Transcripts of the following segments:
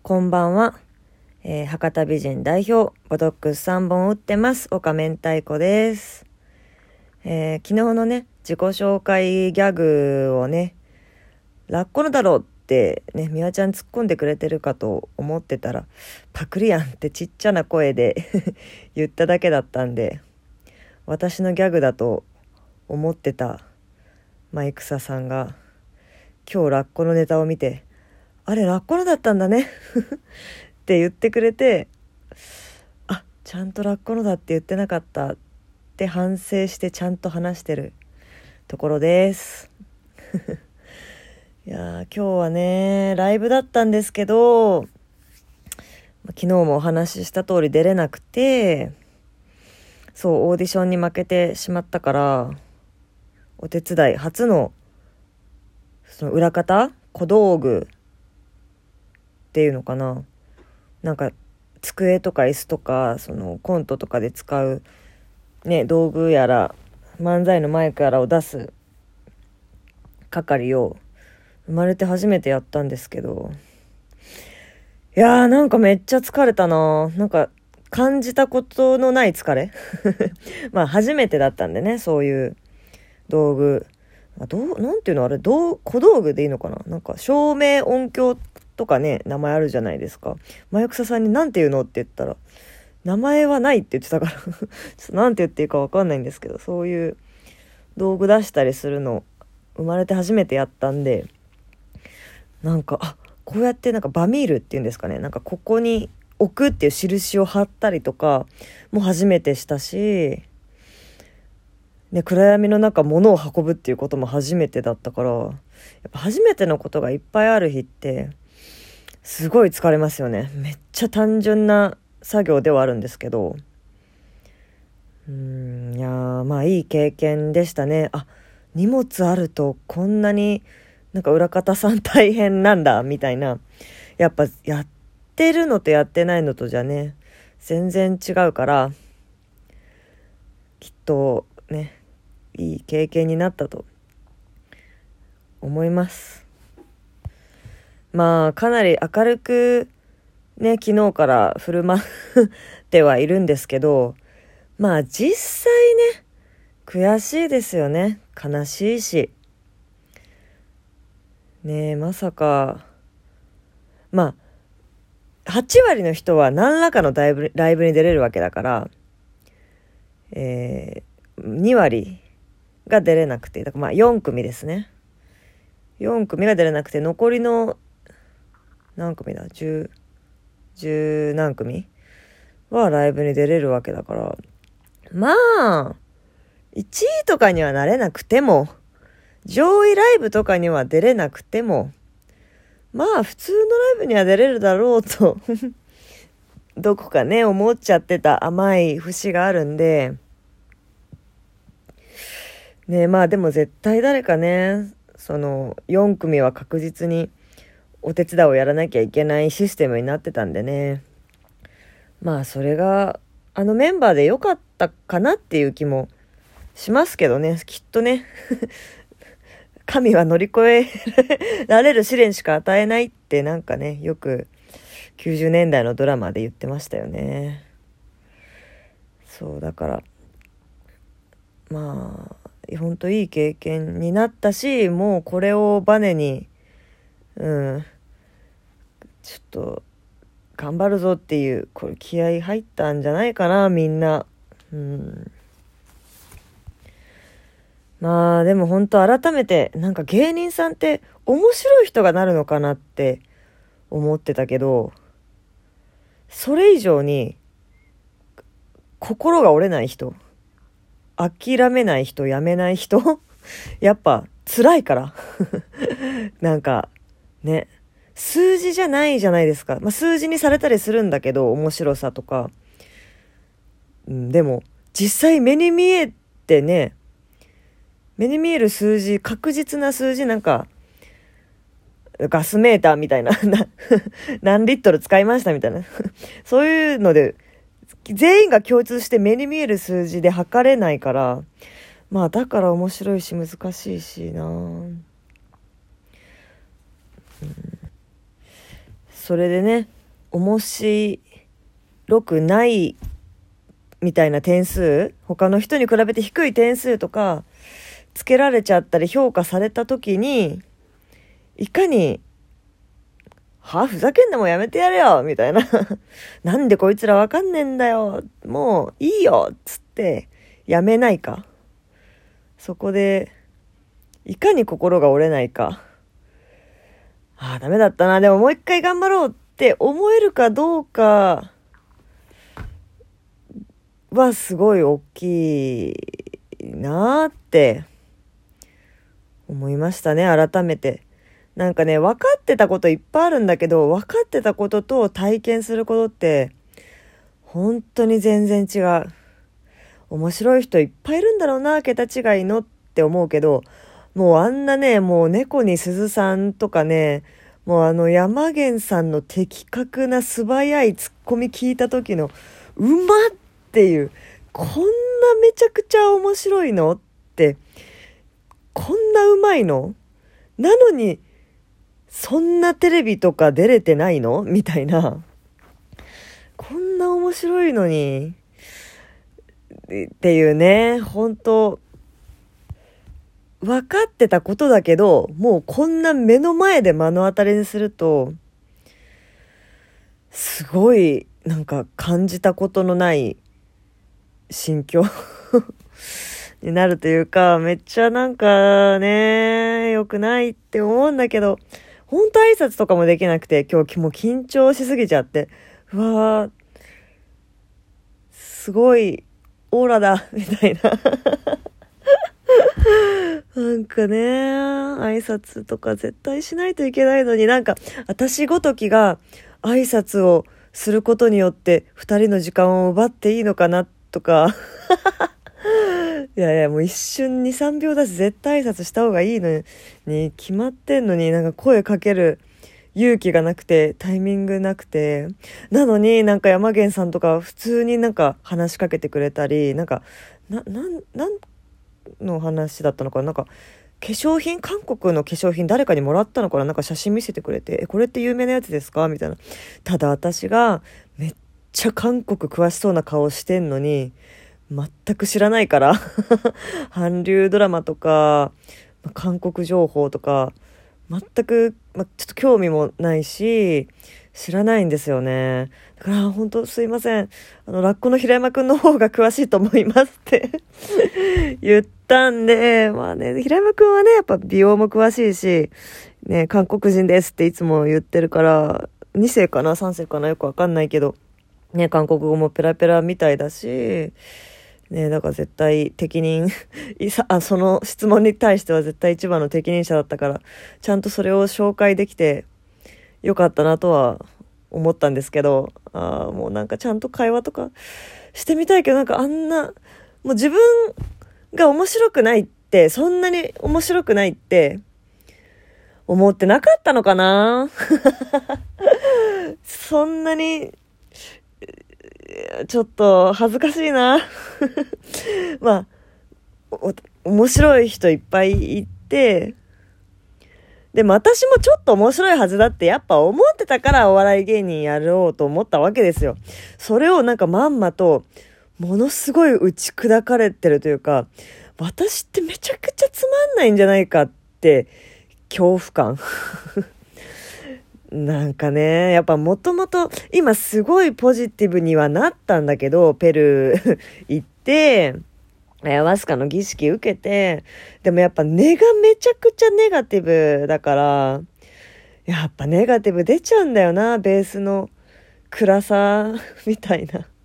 こんばんは、博多美人代表ボトックス3本打ってます岡明太子です。昨日のね自己紹介ギャグをねラッコのだろうってねみわちゃん突っ込んでくれてるかと思ってたらパクリやんってちっちゃな声で言っただけだったんで、私のギャグだと思ってたマイクサさんが今日ラッコのネタを見て、あれラッコのだったんだねって言ってくれて、あ、ちゃんとラッコのだって言ってなかったって反省してちゃんと話してるところですいや今日はねライブだったんですけど、昨日もお話しした通り出れなくて、そうオーディションに負けてしまったから、お手伝い初のその裏方小道具っていうのかな、なんか机とか椅子とかそのコントとかで使うね道具やら漫才のマイクやらを出す係を生まれて初めてやったんですけど、いやーなんかめっちゃ疲れたな。なんか感じたことのない疲れまあ初めてだったんでね、そういう道具なんていうのあれ小道具でいいのかな、なんか照明音響とかね名前あるじゃないですか。マユクサさんになんて言うのって言ったら名前はないって言ってたからちょっとなんて言っていいか分かんないんですけど、そういう道具出したりするの生まれて初めてやったんで、なんかこうやってなんかバミールっていうんですかね、なんかここに置くっていう印を貼ったりとかも初めてしたし、ね、暗闇の中物を運ぶっていうことも初めてだったから、やっぱ初めてのことがいっぱいある日ってすごい疲れますよね。めっちゃ単純な作業ではあるんですけど、いやーまあいい経験でしたね。荷物あるとこんなになんか裏方さん大変なんだみたいな、やっぱやってるのとやってないのとじゃね全然違うから、きっとねいい経験になったと思います。まあかなり明るくね昨日から振る舞ってはいるんですけど、まあ実際ね悔しいですよね。悲しいしねえ、まさかまあ8割の人は何らかのライブに出れるわけだから、2割が出れなくて、だからまあ4組ですね。4組が出れなくて、残りの何組だ10何組はライブに出れるわけだから、まあ1位とかにはなれなくても、上位ライブとかには出れなくても、まあ普通のライブには出れるだろうとどこかね思っちゃってた甘い節があるんでね。まあでも絶対誰かねその4組は確実にお手伝いをやらなきゃいけないシステムになってたんでね、まあそれがあのメンバーで良かったかなっていう気もしますけどね。きっとね神は乗り越えられる試練しか与えないってなんかねよく90年代のドラマで言ってましたよね。そうだからまあ本当いい経験になったし、もうこれをバネにちょっと頑張るぞっていうこれ気合入ったんじゃないかなみんな。まあでも本当改めてなんか芸人さんって面白い人がなるのかなって思ってたけど、それ以上に心が折れない人、諦めない人、やめない人やっぱ辛いからなんかね数字じゃないじゃないですか。まあ、数字にされたりするんだけど面白さとか、でも実際目に見えてね、目に見える数字、確実な数字、なんかガスメーターみたいな何リットル使いましたみたいなそういうので全員が共通して目に見える数字で測れないから、まあだから面白いし難しいしな、それでね面白くないみたいな点数、他の人に比べて低い点数とかつけられちゃったり評価された時に、いかにふざけんのもやめてやれよみたいななんでこいつらわかんねえんだよ、もういいよっつってやめないか、そこでいかに心が折れないか。ダメだったな、でももう一回頑張ろうって思えるかどうかはすごい大きいなって思いましたね、改めて。なんかね、分かってたこといっぱいあるんだけど、分かってたことと体験することって本当に全然違う。面白い人いっぱいいるんだろうな、桁違いのって思うけど、もうあんなね、もう猫に鈴さんとかね、もう山源さんの的確な素早いツッコミ聞いた時のうまっていう、こんなめちゃくちゃ面白いのって、こんなうまいのなのにそんなテレビとか出れてないのみたいな、こんな面白いのにっていうね、本当分かってたことだけど、もうこんな目の前で目の当たりにするとすごいなんか感じたことのない心境になるというか、めっちゃなんかね、良くないって思うんだけど、本当挨拶とかもできなくて、今日もう緊張しすぎちゃって、うわー、すごいオーラだみたいななんかね、挨拶とか絶対しないといけないのに、なんか私ごときが挨拶をすることによって二人の時間を奪っていいのかなとかいやいや、もう一瞬2、3秒だし絶対挨拶した方がいいのに決まってんのに、なんか声かける勇気がなくて、タイミングなくて、なのになんか山源さんとか普通になんか話しかけてくれたり、なんかなんの話だったのかな、なんか化粧品、韓国の化粧品誰かにもらったのかな、なんか写真見せてくれて、これって有名なやつですかみたいな。ただ私がめっちゃ韓国詳しそうな顔してんのに全く知らないから韓流ドラマとか韓国情報とか全く、ちょっと興味もないし知らないんですよね。だから本当すいません、ラッコの平山くんの方が詳しいと思いますって言ったんで、まあね、平山くんはねやっぱ美容も詳しいしね、韓国人ですっていつも言ってるから、2世かな3世かなよくわかんないけどね、韓国語もペラペラみたいだしね、だから絶対適任その質問に対しては絶対一番の適任者だったから、ちゃんとそれを紹介できてよかったなとは思ったんですけど、もうなんかちゃんと会話とかしてみたいけど、なんかあんな、もう自分が面白くないって、そんなに面白くないって思ってなかったのかなそんなにちょっと恥ずかしいなまあ面白い人いっぱいいて、でも私もちょっと面白いはずだってやっぱ思ってたからお笑い芸人やろうと思ったわけですよ。それをなんかまんまとものすごい打ち砕かれてるというか、私ってめちゃくちゃつまんないんじゃないかって恐怖感なんかね、やっぱもともと今すごいポジティブにはなったんだけど、ペルー行ってアヤワスカの儀式受けて、でもやっぱ根がめちゃくちゃネガティブだから、やっぱネガティブ出ちゃうんだよな、ベースの暗さみたいな。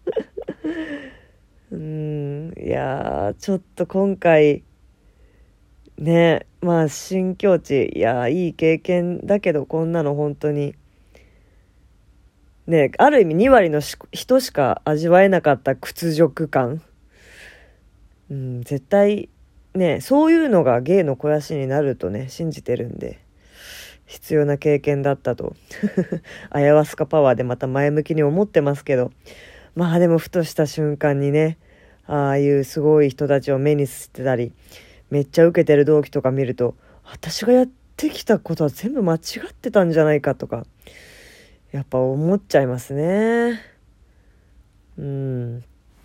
いやー、ちょっと今回ね、まあ新境地、いやいい経験だけど、こんなの本当にね、ある意味2割の人しか味わえなかった屈辱感、絶対ね、そういうのが芸の肥やしになるとね信じてるんで、必要な経験だったとアヤワスカパワーでまた前向きに思ってますけど、まあでもふとした瞬間にね、ああいうすごい人たちを目にしてたり、めっちゃ受けてる同期とか見ると、私がやってきたことは全部間違ってたんじゃないかとか、 やっぱ思っちゃいますね。うん。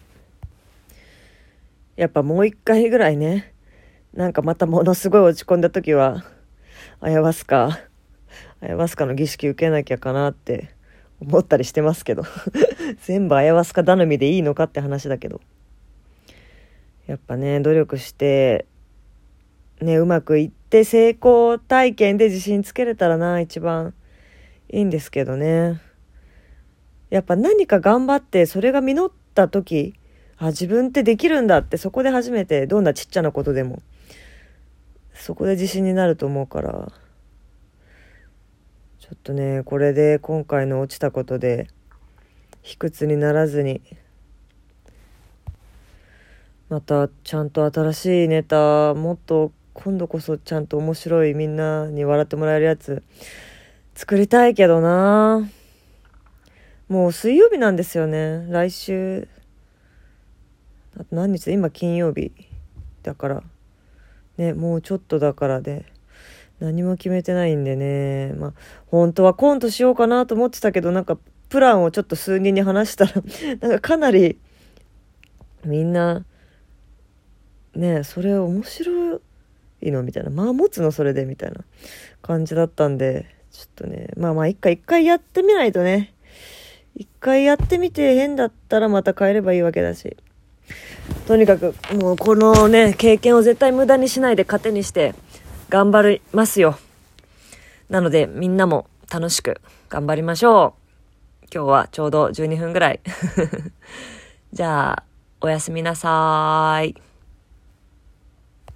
やっぱもう一回ぐらいね、なんかまたものすごい落ち込んだ時は、アヤバスカの儀式受けなきゃかなって思ったりしてますけど。全部アヤバスカ頼みでいいのかって話だけど。やっぱね、努力して、ね、うまくいって成功体験で自信つけれたらな、一番いいんですけどね。やっぱ何か頑張ってそれが実った時、自分ってできるんだって、そこで初めて、どんなちっちゃなことでもそこで自信になると思うから、ちょっとね、これで今回の落ちたことで卑屈にならずに、またちゃんと新しいネタ、もっと今度こそちゃんと面白い、みんなに笑ってもらえるやつ作りたいけどな。もう水曜日なんですよね、来週。あと何日？今金曜日だからね、もうちょっとだからで何も決めてないんでね。まあ本当はコントしようかなと思ってたけど、なんかプランをちょっと数人に話したらなんかかなりみんなね、それ面白いのみたいな、まあ持つのそれでみたいな感じだったんで、ちょっとね、まあ一回やってみないとね。一回やってみて変だったらまた変えればいいわけだし、とにかくもうこのね、経験を絶対無駄にしないで糧にして頑張りますよ。なのでみんなも楽しく頑張りましょう。今日はちょうど12分ぐらい。じゃあおやすみなさーい。